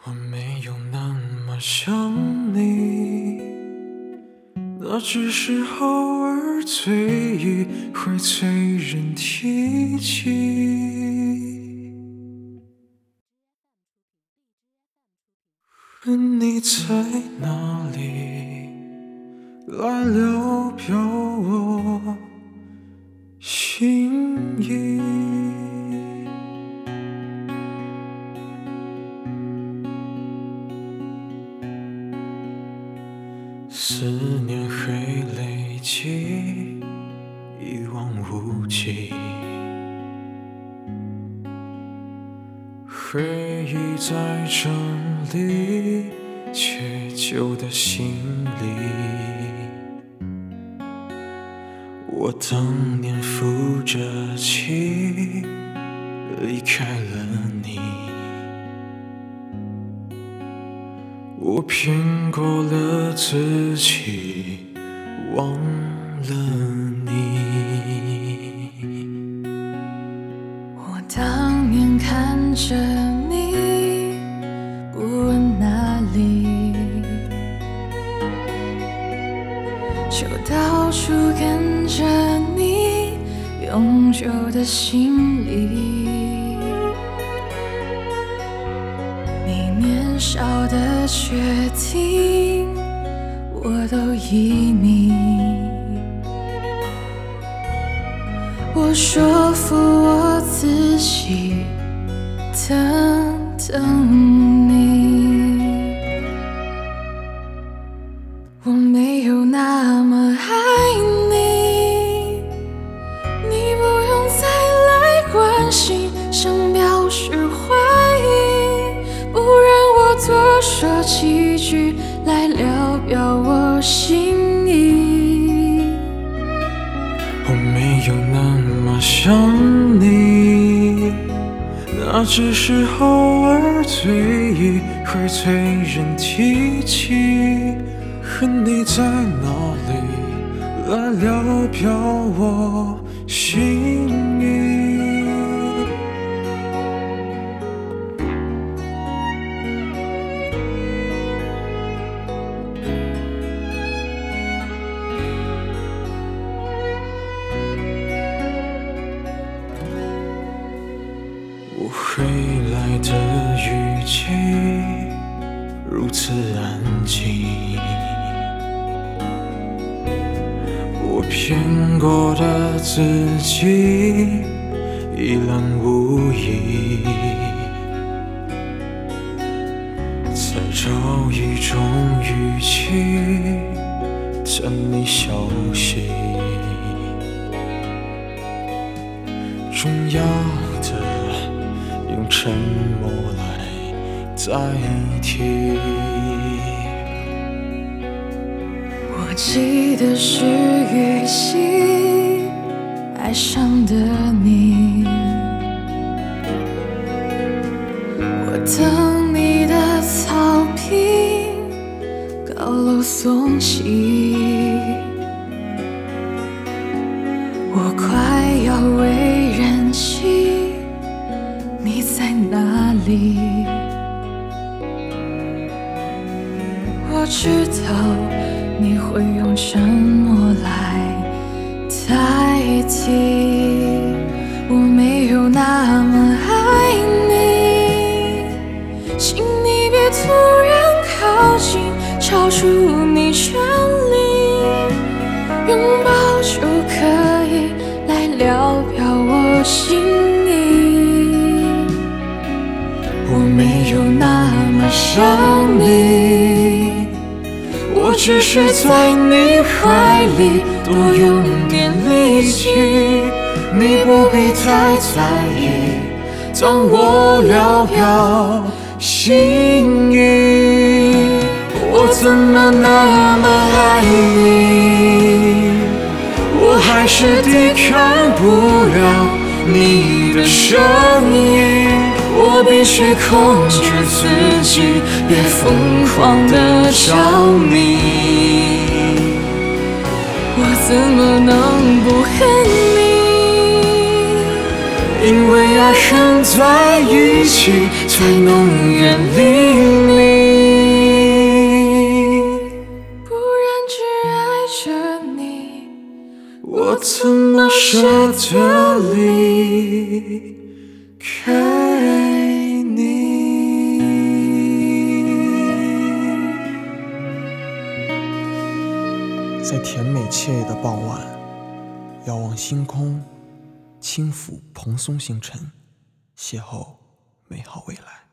我没有那么想你，那只是偶尔醉意会催人提起。问你在哪里，来聊表我心意。思念会累积，一望无际，回忆在这里，却旧的行李。我当年负着气，离开了你。我骗过了自己，忘了你。 我当年看着你，不问哪里，就到处跟着你，永久的心里。你年少的决定，我都依你。我说服我自己，等等你。我没有那么爱你，你不用再来关心，想表示怀疑，不然我多说几句来聊表我心意。 我没有那么想你，那只是偶尔醉意会催人提起。恨你在哪里，来聊表我心意。我回来的雨季如此安静，我骗过的自己一览无遗，再找一种语气等你消息，重要的用沉默来代替。 我记得是雨季，爱上的你。我等你的草坪，高楼耸起。我快要为人妻，你在哪里？我知道你会用沉默来代替。我没有那么爱你，请你别突然靠近，超出你权利，拥抱就可以来聊表我心意。 我没有那么想你，我只是在你怀里多用点力气，你不必太在意，当我聊表心意。我怎么那么爱你，我还是抵抗不了你的声音，我必须控制自己，别疯狂的着迷。 我怎么能不恨你？ 因为大恨在一起，才能远离你。 不然只爱着你， 我怎么舍得离开你？ 在甜美惬意的傍晚，遥望星空，轻抚蓬松星辰，邂逅美好未来。